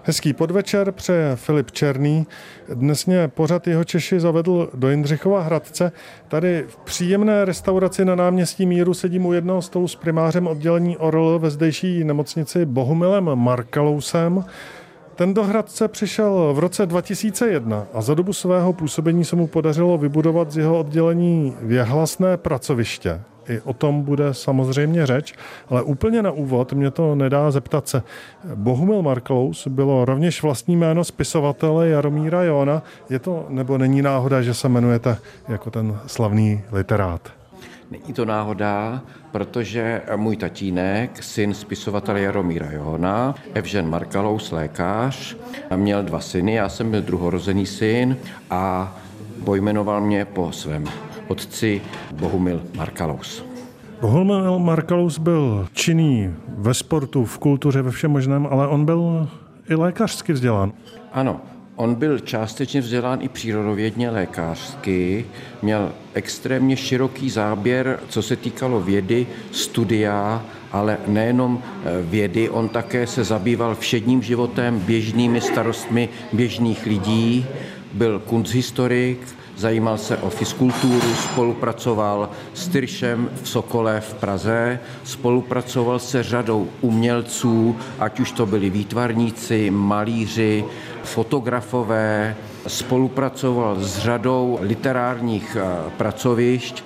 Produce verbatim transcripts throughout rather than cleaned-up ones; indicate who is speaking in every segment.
Speaker 1: Hezký podvečer, přeje Filip Černý. Dnes mě pořad Jihočeši zavedl do Jindřichova Hradce. Tady v příjemné restauraci na náměstí Míru sedím u jednoho stolu s primářem oddělení O R L ve zdejší nemocnici Bohumilem Markalousem. Ten do Hradce přišel v roce dva tisíce jedna a za dobu svého působení se mu podařilo vybudovat z jeho oddělení věhlasné pracoviště. I o tom bude samozřejmě řeč, ale úplně na úvod mě to nedá zeptat se. Bohumil Markalous bylo rovněž vlastní jméno spisovatele Jaromíra Johna. Je to nebo není náhoda, že se jmenujete jako ten slavný literát?
Speaker 2: Není to náhoda, protože můj tatínek, syn spisovatele Jaromíra Johna, Evžen Markalous, lékař, měl dva syny, já jsem byl druhorozený syn a pojmenoval mě po svém otci Bohumil Markalous.
Speaker 1: Bohumil Markalous byl činný ve sportu, v kultuře, ve všem možném, ale on byl i lékařsky vzdělán.
Speaker 2: Ano, on byl částečně vzdělán i přírodovědně lékařsky, měl extrémně široký záběr, co se týkalo vědy, studia, ale nejenom vědy, on také se zabýval všedním životem, běžnými starostmi běžných lidí, byl kunsthistorik, zajímal se o fiskulturu, spolupracoval s Tyršem v Sokole v Praze, spolupracoval se řadou umělců, ať už to byli výtvarníci, malíři, fotografové, spolupracoval s řadou literárních pracovišť,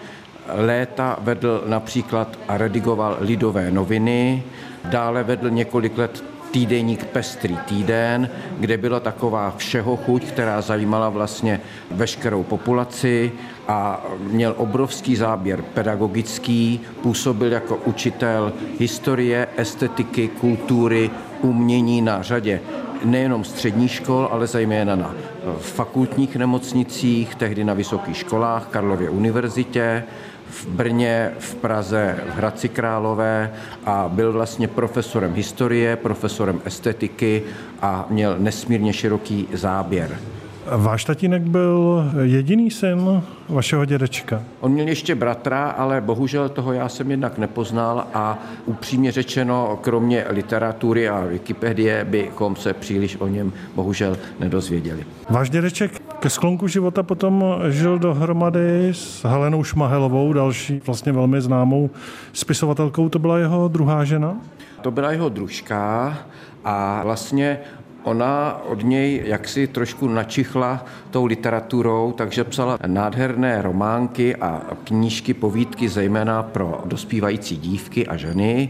Speaker 2: léta vedl například a redigoval Lidové noviny, dále vedl několik let týdeník Pestrý týden, kde byla taková všeho chuť, která zajímala vlastně veškerou populaci a měl obrovský záběr pedagogický, působil jako učitel historie, estetiky, kultury, umění na řadě nejenom středních škol, ale zejména na fakultních nemocnicích, tehdy na vysokých školách, Karlově univerzitě, v Brně, v Praze, v Hradci Králové a byl vlastně profesorem historie, profesorem estetiky a měl nesmírně široký záběr.
Speaker 1: Váš tatínek byl jediný syn vašeho dědečka?
Speaker 2: On měl ještě bratra, ale bohužel toho já jsem jednak nepoznal a upřímně řečeno, kromě literatury a Wikipedie bychom se příliš o něm bohužel nedozvěděli.
Speaker 1: Váš dědeček ke sklonku života potom žil dohromady s Helenou Šmahelovou, další vlastně velmi známou spisovatelkou. To byla jeho druhá žena?
Speaker 2: To byla jeho družka a vlastně ona od něj jaksi trošku načichla tou literaturou, takže psala nádherné románky a knížky, povídky, zejména pro dospívající dívky a ženy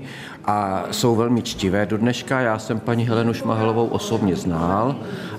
Speaker 2: a jsou velmi čtivé do dneška. Já jsem paní Helenu Šmahelovou osobně znal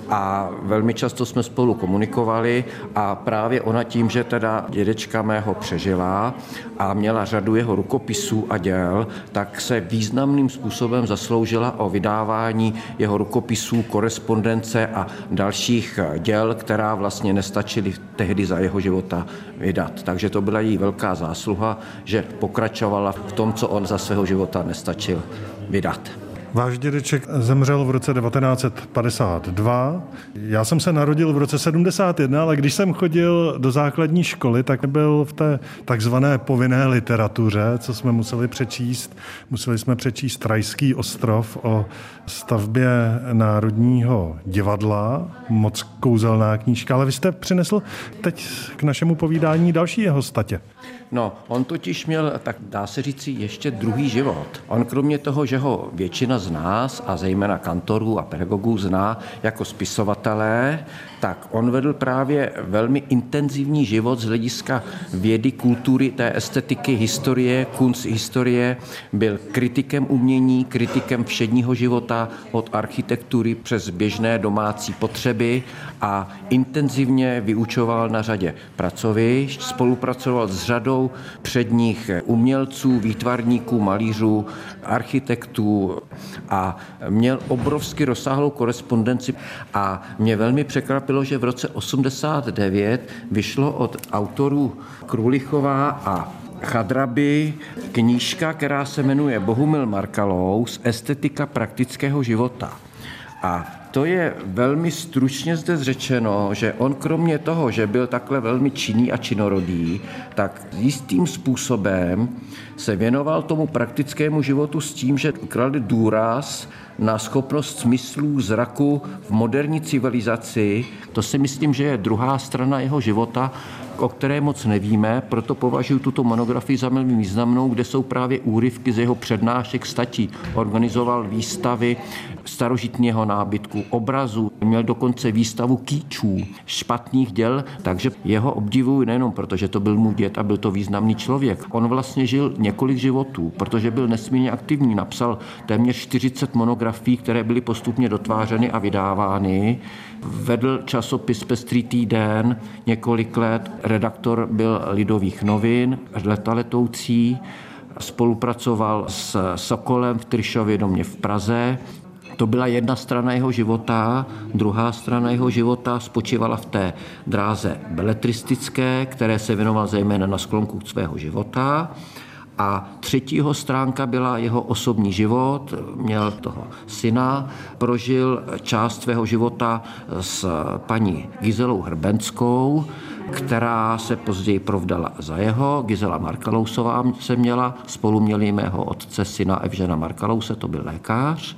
Speaker 2: a velmi často jsme spolu komunikovali a právě ona tím, že teda dědečka mého přežila a měla řadu jeho rukopisů a děl, tak se významným způsobem zasloužila o vydávání jeho rukopisů, korespondence a dalších děl, která vlastně nestačily tehdy za jeho života vydat. Takže to byla jí velká zásluha, že pokračovala v tom, co on za svého života nestačil vydat.
Speaker 1: Váš dědeček zemřel v roce devatenáct set padesát dva. Já jsem se narodil v roce sedmdesát jedna, ale když jsem chodil do základní školy, tak byl v té takzvané povinné literatuře, co jsme museli přečíst. Museli jsme přečíst Rajský ostrov o stavbě Národního divadla. Moc kouzelná knížka, ale vy jste přinesl teď k našemu povídání další jeho statě.
Speaker 2: No, on totiž měl, tak dá se říci, ještě druhý život. On kromě toho, že ho většina z nás, a zejména kantorů a pedagogů zná jako spisovatele, tak on vedl právě velmi intenzivní život z hlediska vědy, kultury, té estetiky, historie, kunsthistorie. Byl kritikem umění, kritikem všedního života, od architektury přes běžné domácí potřeby a intenzivně vyučoval na řadě pracovišť, spolupracoval s řadou předních umělců, výtvarníků, malířů, architektů a měl obrovsky rozsáhlou korespondenci a mě velmi překvapilo, že v roce osmdesát devět vyšlo od autorů Krulichová a Chadraby knížka, která se jmenuje Bohumil Markalous, estetika praktického života. A To je velmi stručně zde řečeno, že on kromě toho, že byl takhle velmi činný a činorodý, tak jistým způsobem se věnoval tomu praktickému životu s tím, že kladl důraz na schopnost smyslů zraku v moderní civilizaci. To si myslím, že je druhá strana jeho života, o které moc nevíme, proto považuji tuto monografii za velmi významnou, kde jsou právě úryvky z jeho přednášek statí. Organizoval výstavy starožitního nábytku, obrazů, měl dokonce výstavu kýčů, špatných děl, takže jeho obdivuji nejenom proto, že to byl můj děd a byl to významný člověk. On vlastně žil několik životů, protože byl nesmírně aktivní, napsal téměř čtyřicet monografií, které byly postupně dotvářeny a vydávány. Vedl časopis Pestrý týden několik let, redaktor byl Lidových novin, leta letoucí, spolupracoval s Sokolem v Tršově domě v Praze. To byla jedna strana jeho života, druhá strana jeho života spočívala v té dráze beletristické, které se věnoval zejména na sklonku svého života. A třetího stránka byla jeho osobní život, měl toho syna, prožil část svého života s paní Gizelou Hrbenskou, která se později provdala za jeho. Gizela Markalousová se měla, spolu měli mého otce, syna Evžena Markalouse, to byl lékař.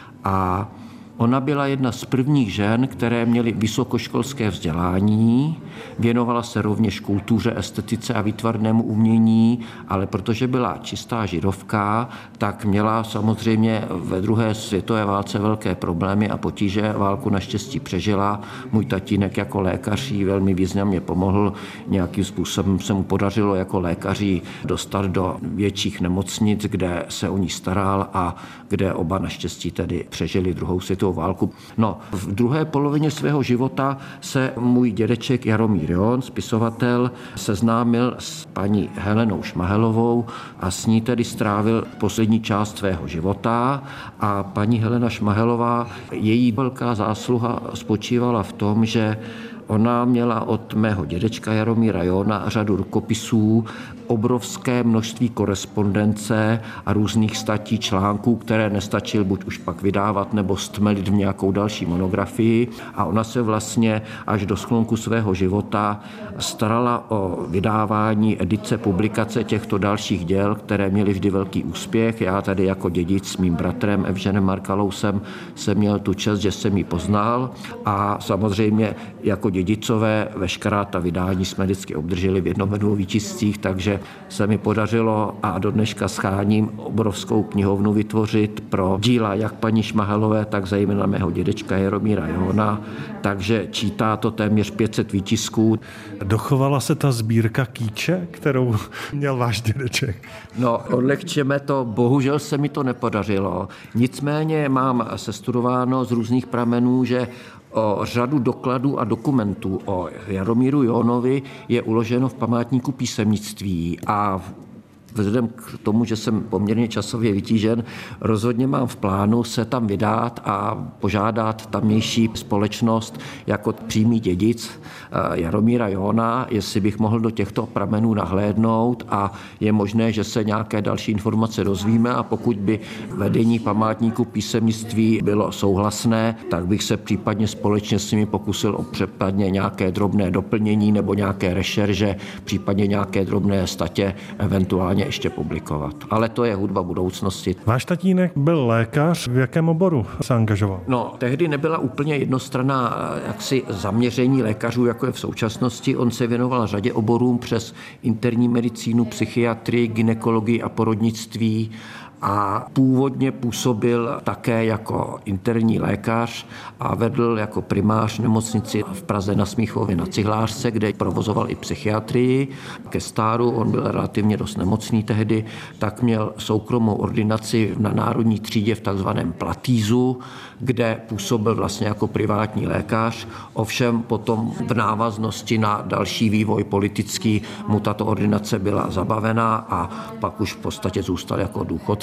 Speaker 2: A ona byla jedna z prvních žen, které měly vysokoškolské vzdělání, věnovala se rovněž kultuře, estetice a výtvarnému umění, ale protože byla čistá židovka, tak měla samozřejmě ve druhé světové válce velké problémy a potíže. Válku naštěstí přežila. Můj tatínek jako lékař jí velmi významně pomohl. Nějakým způsobem se mu podařilo jako lékaři dostat do větších nemocnic, kde se o ní staral a kde oba naštěstí tedy přežili druhou světovou válku. No, v druhé polovině svého života se můj dědeček Jaromír John, spisovatel, seznámil s paní Helenou Šmahelovou a s ní tedy strávil poslední část svého života. A paní Helena Šmahelová, její velká zásluha spočívala v tom, že ona měla od mého dědečka Jaromíra Johna řadu rukopisů, obrovské množství korespondence a různých statí článků, které nestačil buď už pak vydávat nebo stmelit v nějakou další monografii. A ona se vlastně až do sklonku svého života starala o vydávání, edice, publikace těchto dalších děl, které měly vždy velký úspěch. Já tady jako dědic s mým bratrem Evženem Markalousem jsem měl tu čest, že jsem ji poznal a samozřejmě jako dědicové veškerá ta vydání jsme vždycky obdrželi v jednomenových tiscích, takže se mi podařilo a do dneška scháním obrovskou knihovnu vytvořit pro díla jak paní Šmahelové, tak zejména mého dědečka Jaromíra Johna, takže čítá to téměř pět set výtisků.
Speaker 1: Dochovala se ta sbírka kýče, kterou měl váš dědeček?
Speaker 2: No, odlehčeme to, bohužel se mi to nepodařilo. Nicméně mám sestudováno z různých pramenů, že o řadu dokladů a dokumentů o Jaromíru Johnovi je uloženo v památníku písemnictví a vzhledem k tomu, že jsem poměrně časově vytížen, rozhodně mám v plánu se tam vydat a požádat tamnější společnost jako přímý dědic Jaromíra Johna, jestli bych mohl do těchto pramenů nahlédnout a je možné, že se nějaké další informace dozvíme a pokud by vedení památníku písemnictví bylo souhlasné, tak bych se případně společně s nimi pokusil o případně nějaké drobné doplnění nebo nějaké rešerže, případně nějaké drobné statě eventuálně ještě publikovat. Ale to je hudba budoucnosti.
Speaker 1: Váš tatínek byl lékař, v jakém oboru se angažoval?
Speaker 2: No, tehdy nebyla úplně jednostranná jaksi zaměření lékařů, jako je v současnosti. On se věnoval řadě oborům přes interní medicínu, psychiatrii, gynekologii a porodnictví a původně působil také jako interní lékař a vedl jako primář nemocnici v Praze na Smíchově na Cihlářce, kde provozoval i psychiatrii. Ke stáru, on byl relativně dost nemocný tehdy, tak měl soukromou ordinaci na Národní třídě v takzvaném Platýzu, kde působil vlastně jako privátní lékař. Ovšem potom v návaznosti na další vývoj politický mu tato ordinace byla zabavená a pak už v podstatě zůstal jako důchodce.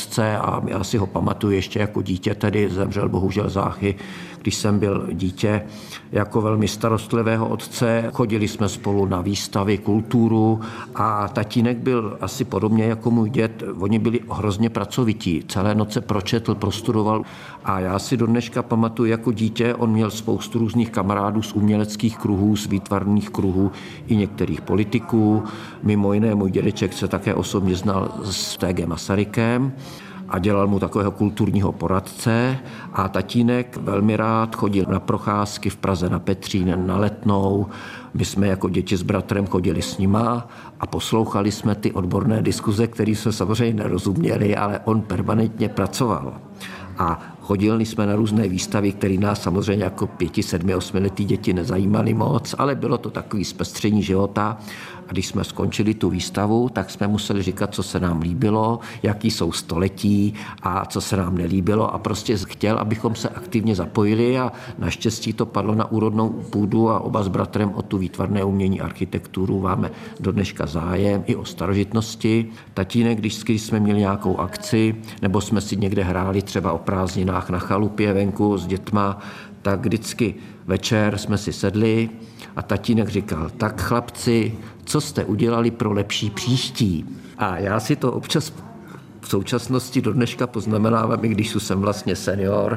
Speaker 2: otce a já si ho pamatuju ještě jako dítě, tedy zemřel bohužel záhy, když jsem byl dítě, jako velmi starostlivého otce. Chodili jsme spolu na výstavy, kulturu a tatínek byl asi podobně jako můj děd. Oni byli hrozně pracovití. Celé noce pročetl, prostudoval a já si do dneška pamatuju jako dítě, on měl spoustu různých kamarádů z uměleckých kruhů, z výtvarných kruhů i některých politiků. Mimo jiné můj dědeček se také osobně znal s T G Masarykem a dělal mu takového kulturního poradce a tatínek velmi rád chodil na procházky v Praze na Petřín, na Letnou. My jsme jako děti s bratrem chodili s nima a poslouchali jsme ty odborné diskuze, které jsme samozřejmě nerozuměli, ale on permanentně pracoval. A chodili jsme na různé výstavy, které nás samozřejmě jako pěti, sedmi, osmiletí děti nezajímaly moc, ale bylo to takový zpestření života. A když jsme skončili tu výstavu, tak jsme museli říkat, co se nám líbilo, jaký jsou století a co se nám nelíbilo. A prostě chtěl, abychom se aktivně zapojili a naštěstí to padlo na úrodnou půdu a oba s bratrem o tu výtvarné umění, architekturu máme do dneška zájem i o starožitnosti. Tatínek, když jsme měli nějakou akci, nebo jsme si někde hráli třeba o prázdninách na chalupě venku s dětma, tak vždycky večer jsme si sedli a tatínek říkal, tak chlapci, co jste udělali pro lepší příští? A já si to občas v současnosti do dneška poznamenávám, i když jsem vlastně senior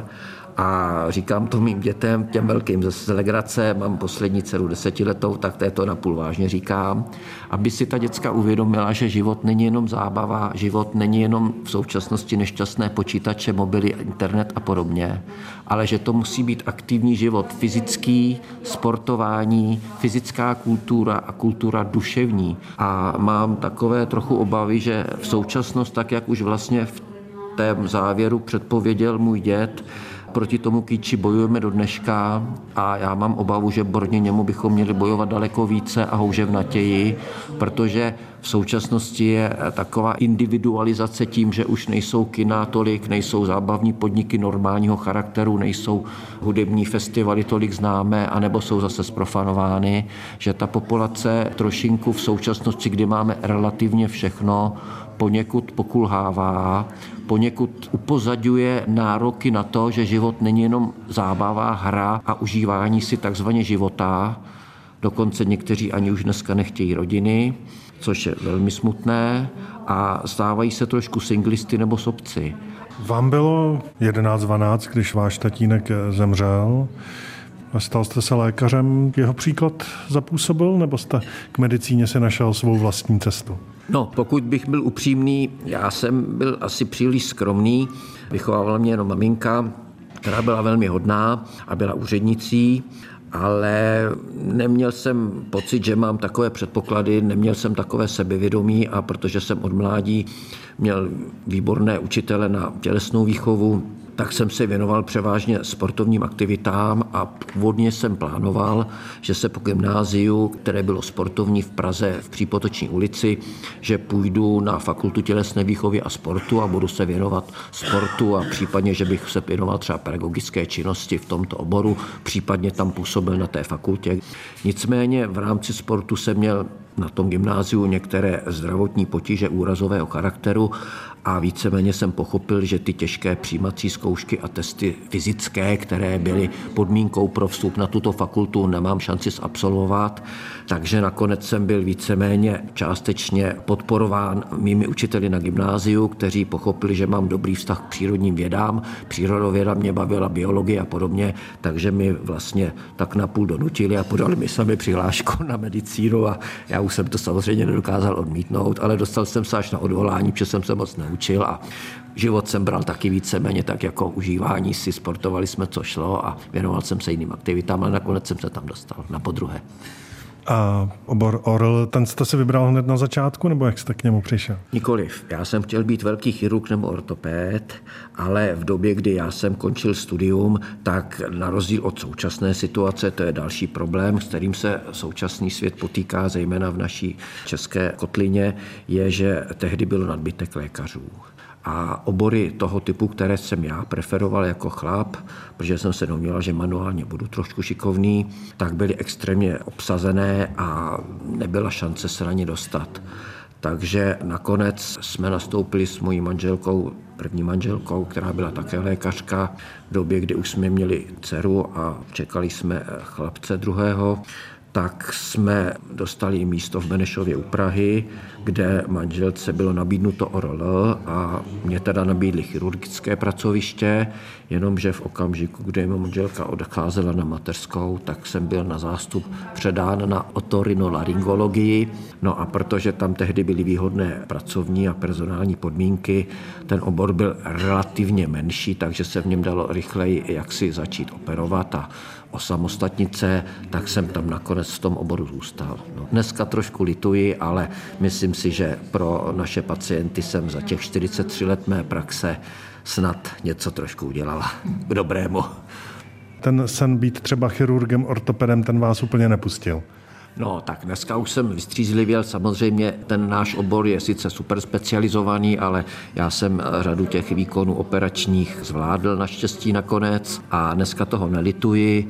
Speaker 2: a říkám to mým dětem, těm velkým ze legrace, mám poslední dceru desetiletou, tak to je to napůl vážně říkám, aby si ta děcka uvědomila, že život není jenom zábava, život není jenom v současnosti nešťastné počítače, mobily, internet a podobně, ale že to musí být aktivní život fyzický, sportování, fyzická kultura a kultura duševní. A mám takové trochu obavy, že v současnost, tak jak už vlastně v tém závěru předpověděl můj děd, proti tomu kýči bojujeme do dneška a já mám obavu, že proti němu bychom měli bojovat daleko více a houževnatěji, protože v současnosti je taková individualizace tím, že už nejsou kina tolik, nejsou zábavní podniky normálního charakteru, nejsou hudební festivaly tolik známé, anebo jsou zase zprofanovány, že ta populace trošinku v současnosti, kdy máme relativně všechno, poněkud pokulhává, poněkud upozadňuje nároky na to, že život není jenom zábava, hra a užívání si takzvaně života. Dokonce někteří ani už dneska nechtějí rodiny, což je velmi smutné a stávají se trošku singlisty nebo sobci.
Speaker 1: Vám bylo jedenáct dvanáct, když váš tatínek zemřel. Stal jste se lékařem, jeho příklad zapůsobil, nebo jste k medicíně si našel svou vlastní cestu?
Speaker 2: No, pokud bych byl upřímný, já jsem byl asi příliš skromný. Vychovávala mě jenom maminka, která byla velmi hodná a byla úřednicí, ale neměl jsem pocit, že mám takové předpoklady, neměl jsem takové sebevědomí a protože jsem od mládí měl výborné učitele na tělesnou výchovu, tak jsem se věnoval převážně sportovním aktivitám a původně jsem plánoval, že se po gymnáziu, které bylo sportovní v Praze v Přípotoční ulici, že půjdu na fakultu tělesné výchovy a sportu a budu se věnovat sportu a případně, že bych se věnoval třeba pedagogické činnosti v tomto oboru, případně tam působil na té fakultě. Nicméně v rámci sportu jsem měl na tom gymnáziu některé zdravotní potíže úrazového charakteru a víceméně jsem pochopil, že ty těžké přijímací zkoušky a testy fyzické, které byly podmínkou pro vstup na tuto fakultu, nemám šanci absolvovat, takže nakonec jsem byl víceméně částečně podporován mými učiteli na gymnáziu, kteří pochopili, že mám dobrý vztah k přírodním vědám, přírodověda mě bavila, biologie a podobně, takže mi vlastně tak napůl donutili a podali mi sami přihlášku na medicínu a já už jsem to samozřejmě nedokázal odmítnout, ale dostal jsem se až na odvolání, protože jsem se moc neučil a život jsem bral taky víceméně tak jako užívání si, sportovali jsme, co šlo a věnoval jsem se jiným aktivitám, ale nakonec jsem se tam dostal na podruhé.
Speaker 1: A obor O R L, ten jste si vybral hned na začátku, nebo jak jste k němu přišel?
Speaker 2: Nikoliv. Já jsem chtěl být velký chirurg nebo ortopéd, ale v době, kdy já jsem končil studium, tak na rozdíl od současné situace, to je další problém, s kterým se současný svět potýká, zejména v naší české kotlině, je, že tehdy byl nadbytek lékařů. A obory toho typu, které jsem já preferoval jako chlap, protože jsem se domníval, že manuálně budu trošku šikovný, tak byly extrémně obsazené a nebyla šance se na ně dostat. Takže nakonec jsme nastoupili s mojí manželkou první manželkou, která byla také lékařka, v době, kdy už jsme měli dceru a čekali jsme chlapce druhého, tak jsme dostali místo v Benešově u Prahy, kde manželce bylo nabídnuto O R L a mě teda nabídli chirurgické pracoviště, jenomže v okamžiku, kdy mě manželka odcházela na mateřskou, tak jsem byl na zástup předán na otorinolaryngologii. No a protože tam tehdy byly výhodné pracovní a personální podmínky, ten obor byl relativně menší, takže se v něm dalo rychleji jaksi začít operovat a osamostatnit se, tak jsem tam nakonec v tom oboru zůstal. No, dneska trošku lituji, ale myslím si, že pro naše pacienty jsem za těch čtyřicet tři let mé praxe snad něco trošku udělala k dobrému.
Speaker 1: Ten sen být třeba chirurgem, ortopedem, ten vás úplně nepustil?
Speaker 2: No, tak dneska už jsem vystřízlivěl. Samozřejmě ten náš obor je sice super specializovaný, ale já jsem řadu těch výkonů operačních zvládl naštěstí nakonec a dneska toho nelituji,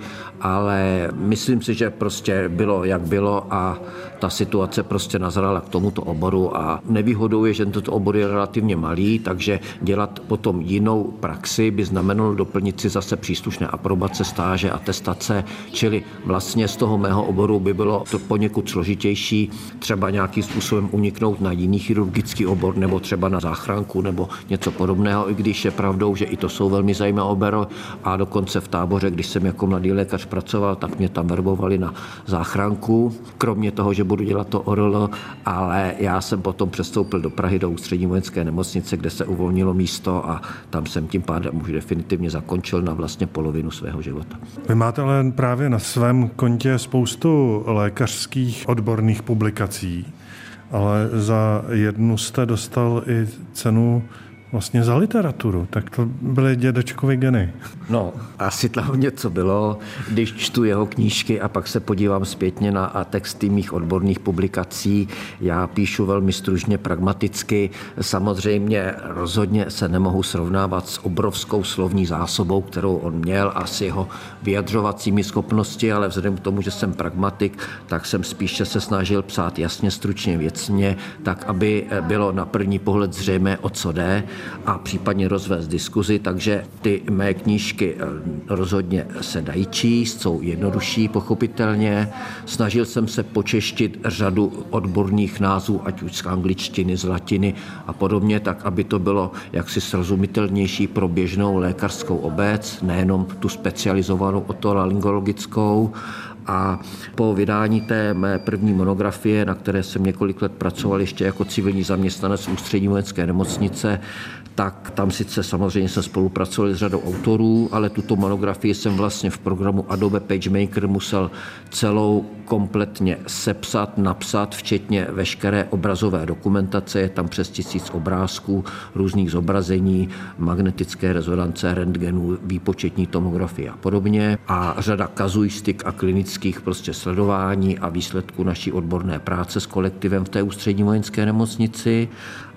Speaker 2: ale myslím si, že prostě bylo, jak bylo a ta situace prostě nazrala k tomuto oboru a nevýhodou je, že tento obor je relativně malý, takže dělat potom jinou praxi by znamenalo doplnit si zase příslušné aprobace, stáže, atestace, čili vlastně z toho mého oboru by bylo to poněkud složitější třeba nějakým způsobem uniknout na jiný chirurgický obor nebo třeba na záchranku nebo něco podobného, i když je pravdou, že i to jsou velmi zajímavé obory a dokonce v Táboře, když jsem jako mladý lékař pracoval, tak mě tam verbovali na záchranku, kromě toho, že budu dělat to O R L, ale já jsem potom přestoupil do Prahy do Ústřední vojenské nemocnice, kde se uvolnilo místo a tam jsem tím pádem už definitivně zakončil na vlastně polovinu svého života.
Speaker 1: Vy máte ale právě na svém kontě spoustu lékařských odborných publikací, ale za jednu jste dostal i cenu vlastně za literaturu, tak to byly dědečkovy geny.
Speaker 2: No, asi tam něco bylo, když čtu jeho knížky a pak se podívám zpětně na texty mých odborných publikací. Já píšu velmi stručně, pragmaticky. Samozřejmě rozhodně se nemohu srovnávat s obrovskou slovní zásobou, kterou on měl a s jeho vyjadřovacími schopnosti, ale vzhledem k tomu, že jsem pragmatik, tak jsem spíše se snažil psát jasně, stručně, věcně, tak, aby bylo na první pohled zřejmé, o co jde, a případně rozvést diskuzi, takže ty mé knížky rozhodně se dají číst, jsou jednodušší pochopitelně. Snažil jsem se počeštit řadu odborných názvů, ať už z angličtiny, z latiny a podobně, tak aby to bylo jaksi srozumitelnější pro běžnou lékařskou obec, nejenom tu specializovanou otorhinolaryngologickou. A po vydání té mé první monografie, na které jsem několik let pracoval ještě jako civilní zaměstnanec Ústřední vojenské nemocnice, tak tam sice samozřejmě jsem spolupracoval s řadou autorů, ale tuto monografii jsem vlastně v programu Adobe PageMaker musel celou kompletně sepsat, napsat, včetně veškeré obrazové dokumentace. Je tam přes tisíc obrázků, různých zobrazení, magnetické rezonance, rentgenů, výpočetní tomografie a podobně. A řada kazuistik a klinických prostě sledování a výsledků naší odborné práce s kolektivem v té Ústřední vojenské nemocnici.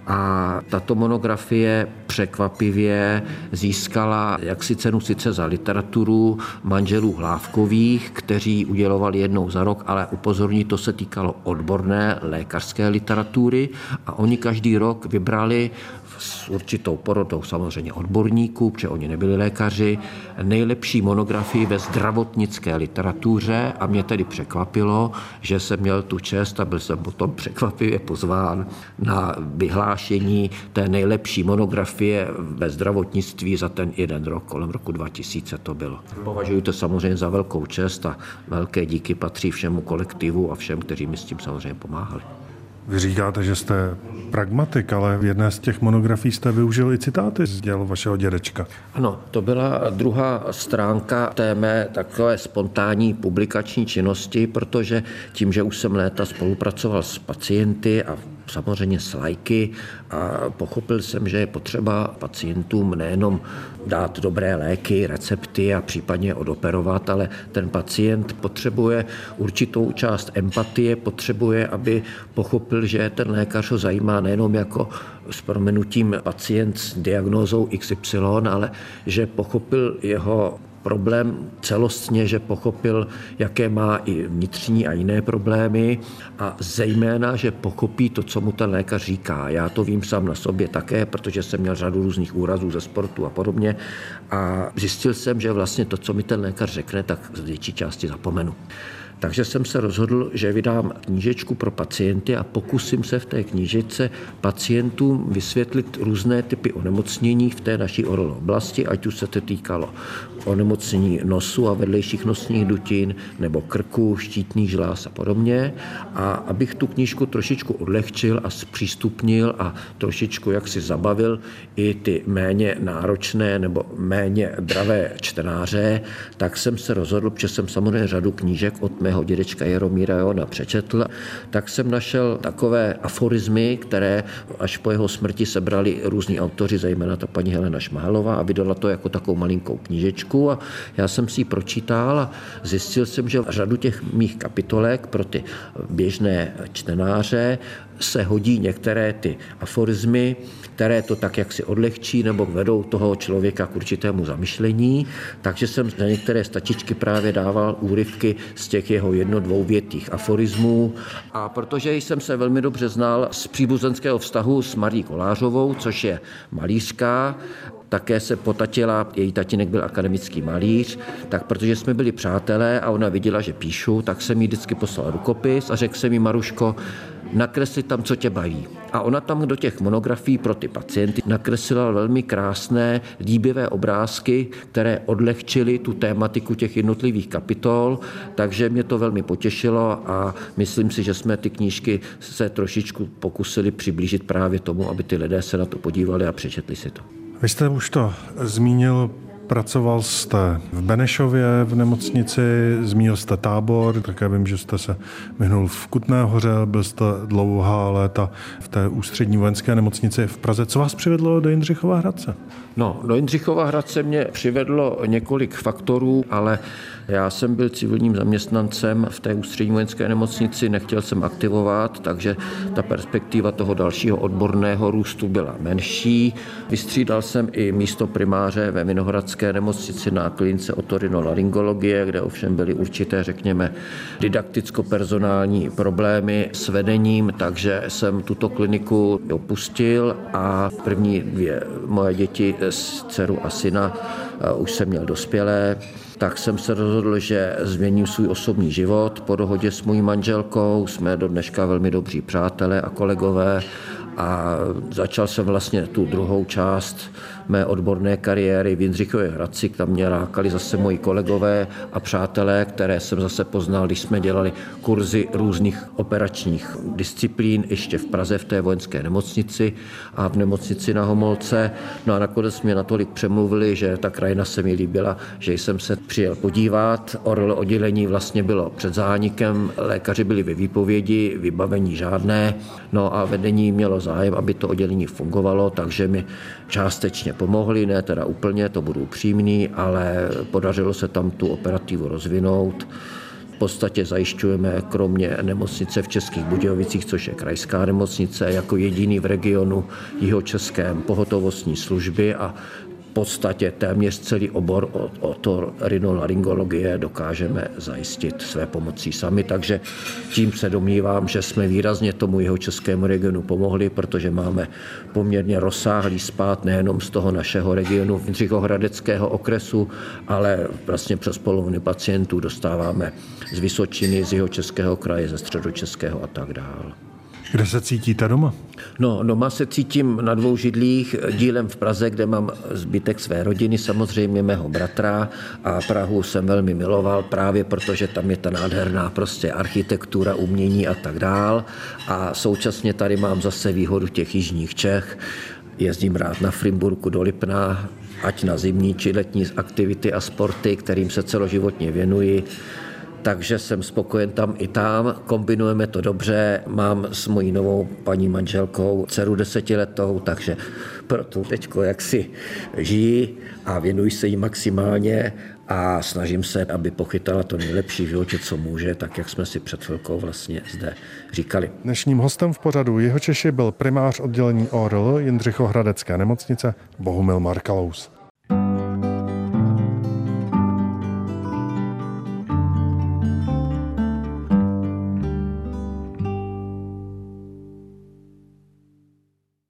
Speaker 2: A tato monografie překvapivě získala jaksi cenu sice za literaturu manželů Hlávkových, kteří udělovali jednou za rok, ale upozorní, to se týkalo odborné lékařské literatury a oni každý rok vybrali s určitou porodou samozřejmě odborníků, protože oni nebyli lékaři, nejlepší monografii ve zdravotnické literatuře a mě tedy překvapilo, že jsem měl tu čest a byl jsem potom překvapivě pozván na vyhlášení té nejlepší monografie ve zdravotnictví za ten jeden rok, kolem roku dva tisíce to bylo. Považuji to samozřejmě za velkou čest a velké díky patří všemu kolektivu a všem, kteří mi s tím samozřejmě pomáhali.
Speaker 1: Vy říkáte, že jste pragmatik, ale v jedné z těch monografií jste využil i citáty z děl vašeho dědečka.
Speaker 2: Ano, to byla druhá stránka té mé takové spontánní publikační činnosti, protože tím, že už jsem léta spolupracoval s pacienty a samozřejmě s lajky a pochopil jsem, že je potřeba pacientům nejenom dát dobré léky, recepty a případně odoperovat, ale ten pacient potřebuje určitou část empatie, potřebuje, aby pochopil, že ten lékař ho zajímá nejenom jako s prominutím pacient s diagnózou X Y, ale že pochopil jeho problém celostně, že pochopil, jaké má i vnitřní a jiné problémy a zejména, že pochopí to, co mu ten lékař říká. Já to vím sám na sobě také, protože jsem měl řadu různých úrazů ze sportu a podobně a zjistil jsem, že vlastně to, co mi ten lékař řekne, tak z větší části zapomenu. Takže jsem se rozhodl, že vydám knížečku pro pacienty a pokusím se v té knížečce pacientům vysvětlit různé typy onemocnění v té naší oral oblasti, ať už se to týkalo onemocnění nosu a vedlejších nosních dutin, nebo krku, štítných žláz a podobně. A abych tu knížku trošičku odlehčil a zpřístupnil a trošičku jaksi zabavil i ty méně náročné nebo méně dravé čtenáře, tak jsem se rozhodl, protože jsem samozřejmě řadu knížek od mého dědečka Jaromíra Johna přečetl, tak jsem našel takové aforizmy, které až po jeho smrti sebrali různí autoři, zejména ta paní Helena Šmálová, a vydala to jako takovou malinkou knížečku a já jsem si ji pročítal a zjistil jsem, že řadu těch mých kapitolek pro ty běžné čtenáře se hodí některé ty aforizmy, které to tak jak si odlehčí nebo vedou toho člověka k určitému zamyšlení, takže jsem na některé statičky právě dával úryvky z těch jeho jedno dvouvětých aforismů a protože jsem se velmi dobře znal z příbuzenského vztahu s Marí Kolářovou, což je malířka, také se potatila, její tatínek byl akademický malíř, tak protože jsme byli přátelé a ona viděla, že píšu, tak jsem jí vždycky poslal rukopis a řekl jsem jí: Maruško, nakresli tam, co tě baví. A ona tam do těch monografií pro ty pacienty nakreslila velmi krásné, líbivé obrázky, které odlehčily tu tématiku těch jednotlivých kapitol, takže mě to velmi potěšilo a myslím si, že jsme ty knížky se trošičku pokusili přiblížit právě tomu, aby ty lidé se na to podívali a přečetli si to.
Speaker 1: Vy jste už to zmínil, pracoval jste v Benešově v nemocnici, zmínil jste Tábor, také vím, že jste se vyhnul v Kutné Hoře, byl jste dlouhá léta v té ústřední vojenské nemocnici v Praze. Co vás přivedlo do Jindřichova Hradce?
Speaker 2: No, do Jindřichova Hradce mě přivedlo několik faktorů, ale já jsem byl civilním zaměstnancem v té ústřední vojenské nemocnici, nechtěl jsem aktivovat, takže ta perspektiva toho dalšího odborného růstu byla menší. Vystřídal jsem i místo primáře ve Vinohradské nemocnici na klinice otorinolaryngologie, kde ovšem byly určité, řekněme, didakticko-personální problémy s vedením, takže jsem tuto kliniku opustil a první dvě moje děti, dceru a syna, už jsem měl dospělé, tak jsem se rozhodl, že změním svůj osobní život. Po dohodě s mojí manželkou jsme do dneška velmi dobří přátelé a kolegové a začal jsem vlastně tu druhou část mé odborné kariéry v Jindřichově Hradci, tam mě lákali zase moji kolegové a přátelé, které jsem zase poznal, když jsme dělali kurzy různých operačních disciplín ještě v Praze v té vojenské nemocnici a v nemocnici na Homolce. No a nakonec mě natolik přemluvili, že ta krajina se mi líbila, že jsem se přijel podívat. Oral oddělení vlastně bylo před zánikem, lékaři byli ve výpovědi, vybavení žádné, no a vedení mělo zájem, aby to oddělení fungovalo, takže mi částečně pomohli, ne teda úplně, to budu upřímný, ale podařilo se tam tu operativu rozvinout. V podstatě zajišťujeme kromě nemocnice v Českých Budějovicích, což je krajská nemocnice, jako jediný v regionu jihočeském pohotovostní služby a v podstatě téměř celý obor otorinolaryngologie dokážeme zajistit své pomocí sami, takže tím se domnívám, že jsme výrazně tomu jihočeskému regionu pomohli, protože máme poměrně rozsáhlý spád nejenom z toho našeho regionu Jindřichohradeckého okresu, ale vlastně přes polovinu pacientů dostáváme z Vysočiny, z jihočeského kraje, ze středočeského a tak dále.
Speaker 1: Kde se cítíte doma?
Speaker 2: No, doma se cítím na dvou židlích, dílem v Praze, kde mám zbytek své rodiny, samozřejmě mého bratra, a Prahu jsem velmi miloval právě protože tam je ta nádherná prostě architektura, umění a tak dál. A současně tady mám zase výhodu těch jižních Čech. Jezdím rád na Frimburku do Lipna, ať na zimní či letní aktivity a sporty, kterým se celoživotně věnuji. Takže jsem spokojen tam i tam, kombinujeme to dobře, mám s mojí novou paní manželkou dceru desetiletou, takže proto teďko jaksi žijí a věnuji se jí maximálně a snažím se, aby pochytala to nejlepší v životě, co může, tak jak jsme si před chvilkou vlastně zde říkali.
Speaker 1: Dnešním hostem v pořadu Jihočeši byl primář oddělení O R L Jindřichohradecké nemocnice Bohumil Markalous.